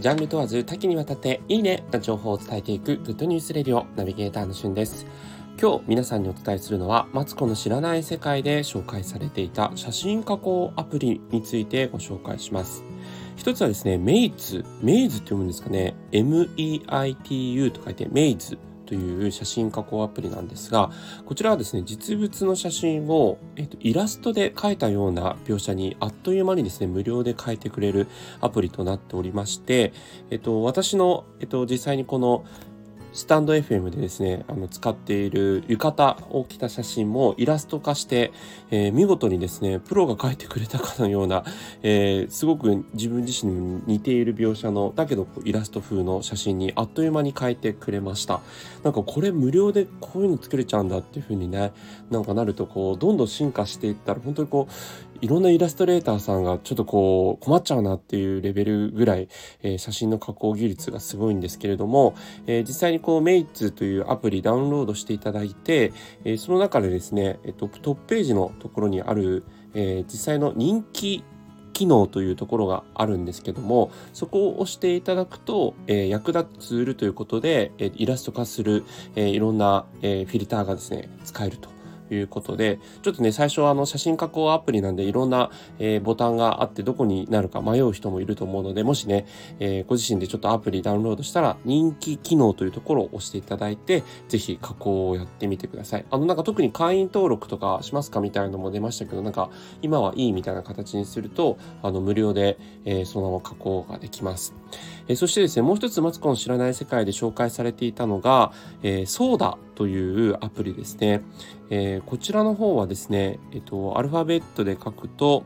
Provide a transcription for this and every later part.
ジャンル問わず多岐にわたっていいねな情報を伝えていくグッドニュースレディオナビゲーターのしゅんです。今日皆さんにお伝えするのは、マツコの知らない世界で紹介されていた写真加工アプリについてご紹介します。一つはですね、メイズって読むんですかね。MEITU と書いてメイズという写真加工アプリなんですが、こちらはですね、実物の写真を、イラストで描いたような描写にあっという間にですね、無料で描いてくれるアプリとなっておりまして、私の、実際にこのスタンド FM でですね、使っている浴衣を着た写真もイラスト化して、見事にですね、プロが描いてくれたかのような、すごく自分自身に似ている描写の、だけどイラスト風の写真にあっという間に描いてくれました。なんかこれ無料でこういうの作れちゃうんだっていう風にね、なんかなるとどんどん進化していったら、本当にいろんなイラストレーターさんがちょっと困っちゃうなっていうレベルぐらい、写真の加工技術がすごいんですけれども、実際にメイツというアプリダウンロードしていただいて、その中でですね、トップページのところにある、実際の人気機能というところがあるんですけども、そこを押していただくと、役立つツールということで、イラスト化する、いろんな、フィルターがですね使えるということで、ちょっとね、最初は写真加工アプリなんでいろんな、ボタンがあってどこになるか迷う人もいると思うので、もしね、ご自身でちょっとアプリダウンロードしたら人気機能というところを押していただいて、ぜひ加工をやってみてください。なんか特に会員登録とかしますかみたいなのも出ましたけど、なんか今はいいみたいな形にすると無料で、そのまま加工ができます。そしてですね、もう一つマツコの知らない世界で紹介されていたのが、ソーダというアプリですね。こちらの方はですね、アルファベットで書くと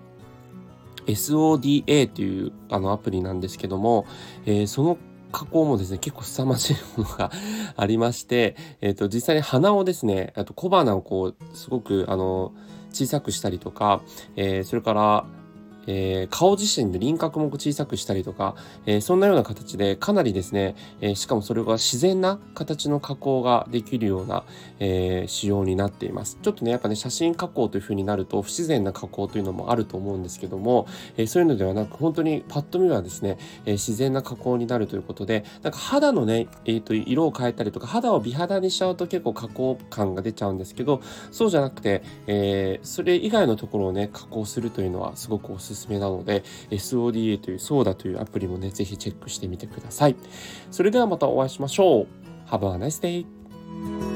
SODA というアプリなんですけども、その加工もですね、結構凄まじいものがありまして、実際に鼻をですね、あと小鼻をすごく小さくしたりとか、それから顔自身の輪郭も小さくしたりとか、そんなような形でかなりですね、しかもそれが自然な形の加工ができるような、仕様になっています。ちょっとね、やっぱね、写真加工という風になると不自然な加工というのもあると思うんですけども、そういうのではなく本当にパッと見はですね、自然な加工になるということで、なんか肌のね、色を変えたりとか、肌を美肌にしちゃうと結構加工感が出ちゃうんですけど、そうじゃなくて、それ以外のところをね、加工するというのはすごくおすすめなので、SODA というソーダというアプリもね、ぜひチェックしてみてください。それではまたお会いしましょう。Have a nice day!